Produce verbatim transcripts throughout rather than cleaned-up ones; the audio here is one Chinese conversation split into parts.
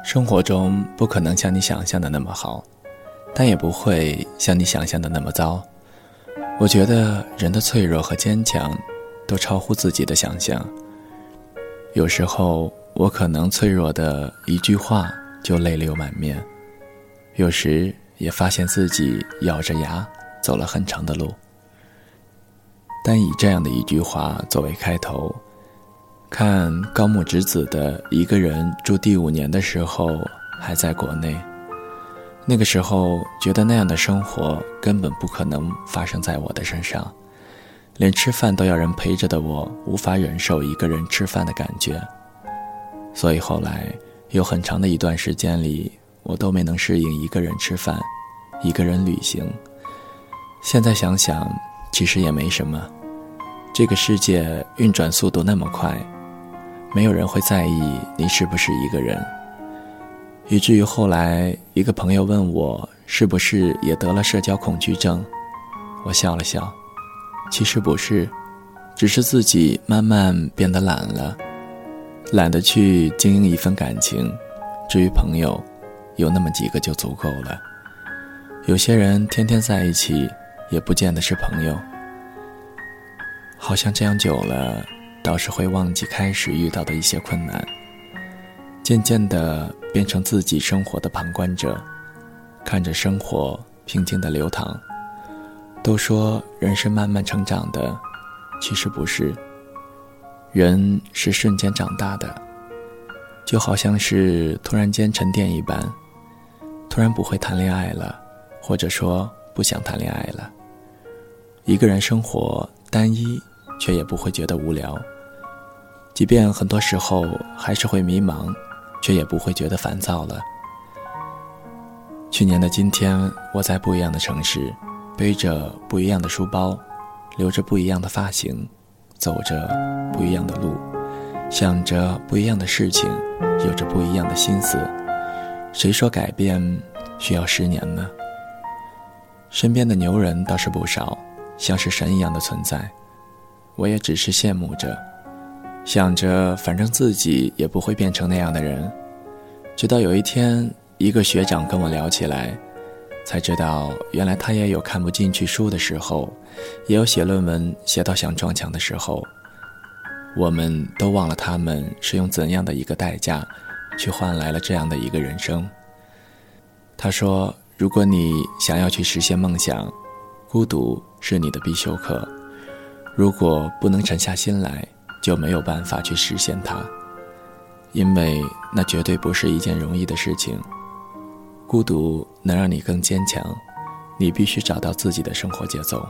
生活中不可能像你想象的那么好，但也不会像你想象的那么糟。我觉得人的脆弱和坚强都超乎自己的想象。有时候我可能脆弱的一句话就泪流满面，有时也发现自己咬着牙走了很长的路。但以这样的一句话作为开头，看高木直子的《一个人住第五年》的时候还在国内，那个时候觉得那样的生活根本不可能发生在我的身上，连吃饭都要人陪着的我无法忍受一个人吃饭的感觉。所以后来有很长的一段时间里，我都没能适应一个人吃饭，一个人旅行。现在想想其实也没什么，这个世界运转速度那么快，没有人会在意你是不是一个人。以至于后来一个朋友问我是不是也得了社交恐惧症，我笑了笑，其实不是，只是自己慢慢变得懒了，懒得去经营一份感情。至于朋友，有那么几个就足够了。有些人天天在一起也不见得是朋友。好像这样久了，倒是会忘记开始遇到的一些困难，渐渐地变成自己生活的旁观者，看着生活平静地流淌。都说人是慢慢成长的，其实不是，人是瞬间长大的，就好像是突然间沉淀一般，突然不会谈恋爱了，或者说不想谈恋爱了。一个人生活单一，却也不会觉得无聊，即便很多时候还是会迷茫，却也不会觉得烦躁了。去年的今天，我在不一样的城市，背着不一样的书包，留着不一样的发型，走着不一样的路，想着不一样的事情，有着不一样的心思。谁说改变需要十年呢？身边的牛人倒是不少，像是神一样的存在，我也只是羡慕着，想着反正自己也不会变成那样的人。直到有一天，一个学长跟我聊起来，才知道原来他也有看不进去书的时候，也有写论文写到想撞墙的时候。我们都忘了他们是用怎样的一个代价去换来了这样的一个人生。他说，如果你想要去实现梦想，孤独是你的必修课，如果不能沉下心来，就没有办法去实现它，因为那绝对不是一件容易的事情。孤独能让你更坚强，你必须找到自己的生活节奏。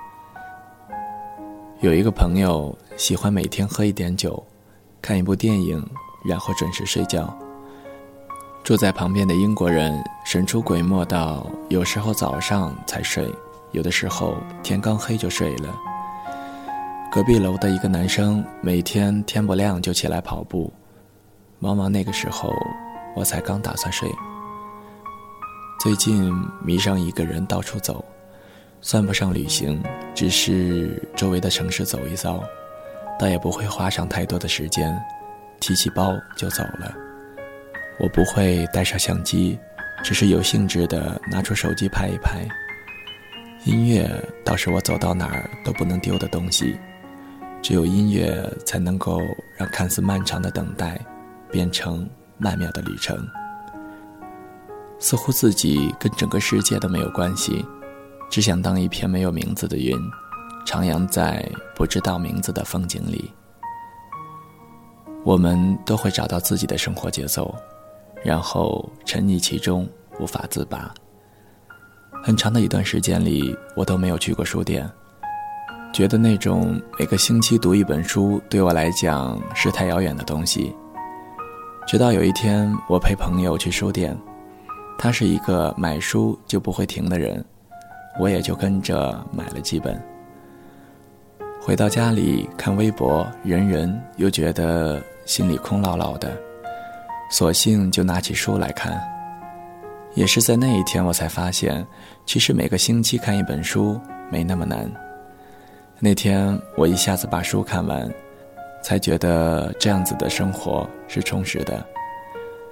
有一个朋友喜欢每天喝一点酒，看一部电影，然后准时睡觉。住在旁边的英国人神出鬼没到有时候早上才睡，有的时候天刚黑就睡了。隔壁楼的一个男生每天天不亮就起来跑步，往往那个时候我才刚打算睡。最近迷上一个人到处走，算不上旅行，只是周围的城市走一遭，倒也不会花上太多的时间，提起包就走了。我不会带上相机，只是有兴致地拿出手机拍一拍。音乐倒是我走到哪儿都不能丢的东西，只有音乐才能够让看似漫长的等待变成曼妙的旅程。似乎自己跟整个世界都没有关系，只想当一片没有名字的云，徜徉在不知道名字的风景里。我们都会找到自己的生活节奏，然后沉溺其中无法自拔。很长的一段时间里，我都没有去过书店，觉得那种每个星期读一本书对我来讲是太遥远的东西。直到有一天，我陪朋友去书店，他是一个买书就不会停的人，我也就跟着买了几本。回到家里看微博人人，又觉得心里空落落的，索性就拿起书来看。也是在那一天，我才发现其实每个星期看一本书没那么难。那天我一下子把书看完，才觉得这样子的生活是充实的。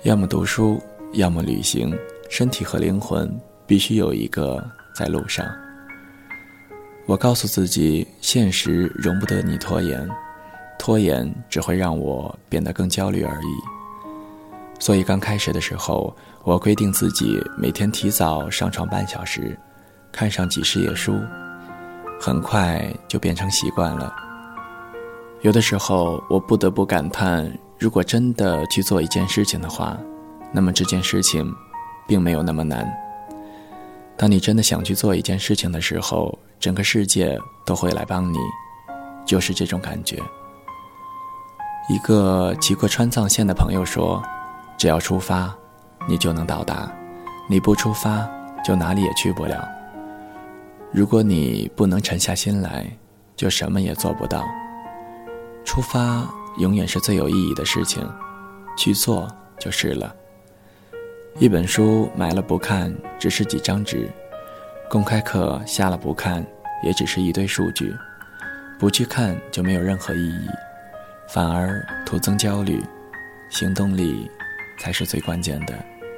要么读书，要么旅行，身体和灵魂必须有一个在路上。我告诉自己，现实容不得你拖延，拖延只会让我变得更焦虑而已。所以刚开始的时候，我规定自己每天提早上床半小时，看上几十页书，很快就变成习惯了。有的时候我不得不感叹，如果真的去做一件事情的话，那么这件事情并没有那么难。当你真的想去做一件事情的时候，整个世界都会来帮你，就是这种感觉。一个骑过川藏线的朋友说，只要出发，你就能到达，你不出发，就哪里也去不了。如果你不能沉下心来，就什么也做不到。出发永远是最有意义的事情，去做就是了。一本书买了不看，只是几张纸；公开课下了不看，也只是一堆数据。不去看就没有任何意义，反而徒增焦虑。行动力才是最关键的。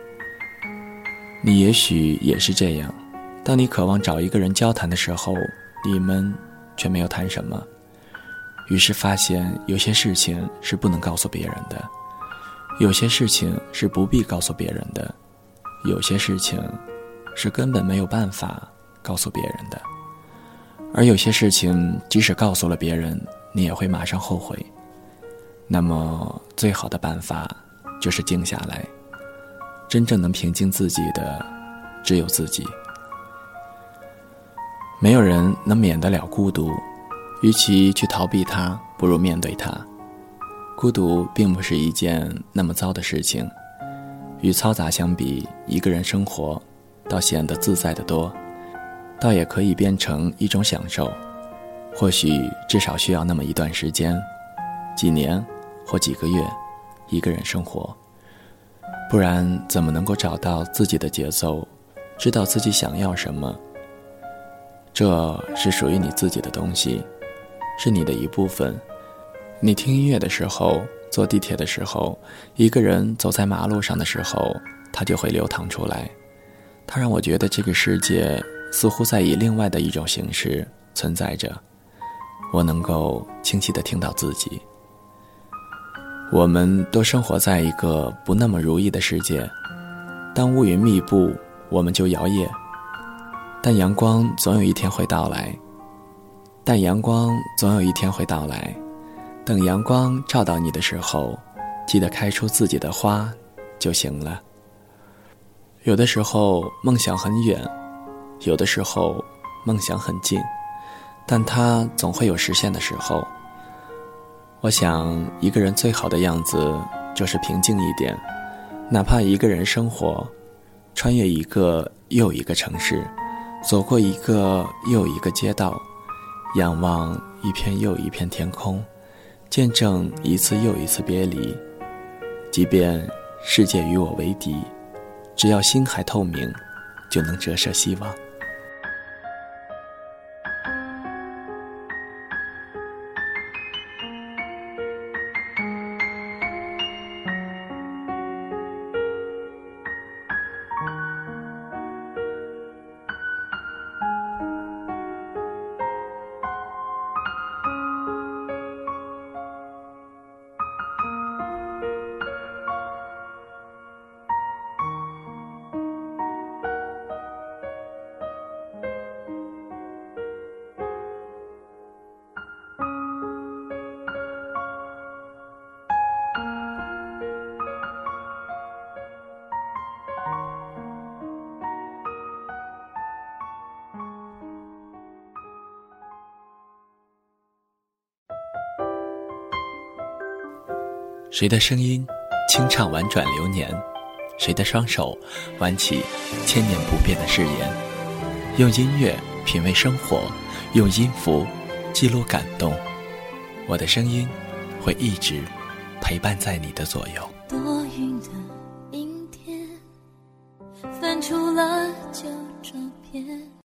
你也许也是这样，当你渴望找一个人交谈的时候，你们却没有谈什么，于是发现有些事情是不能告诉别人的，有些事情是不必告诉别人的，有些事情是根本没有办法告诉别人的，而有些事情即使告诉了别人，你也会马上后悔。那么最好的办法就是静下来，真正能平静自己的只有自己。没有人能免得了孤独，与其去逃避它，不如面对它。孤独并不是一件那么糟的事情，与嘈杂相比，一个人生活倒显得自在得多，倒也可以变成一种享受。或许至少需要那么一段时间，几年或几个月，一个人生活，不然怎么能够找到自己的节奏，知道自己想要什么？这是属于你自己的东西，是你的一部分。你听音乐的时候，坐地铁的时候，一个人走在马路上的时候，它就会流淌出来。它让我觉得这个世界似乎在以另外的一种形式存在着，我能够清晰地听到自己。我们都生活在一个不那么如意的世界，当乌云密布，我们就摇曳，但阳光总有一天会到来，但阳光总有一天会到来。等阳光照到你的时候，记得开出自己的花就行了。有的时候梦想很远，有的时候梦想很近，但它总会有实现的时候。我想一个人最好的样子就是平静一点，哪怕一个人生活，穿越一个又一个城市，走过一个又一个街道，仰望一片又一片天空，见证一次又一次别离。即便世界与我为敌，只要心还透明，就能折射希望。谁的声音清唱婉转流年，谁的双手挽起千年不变的誓言。用音乐品味生活，用音符记录感动。我的声音会一直陪伴在你的左右。 多云的阴天，翻出了旧照片。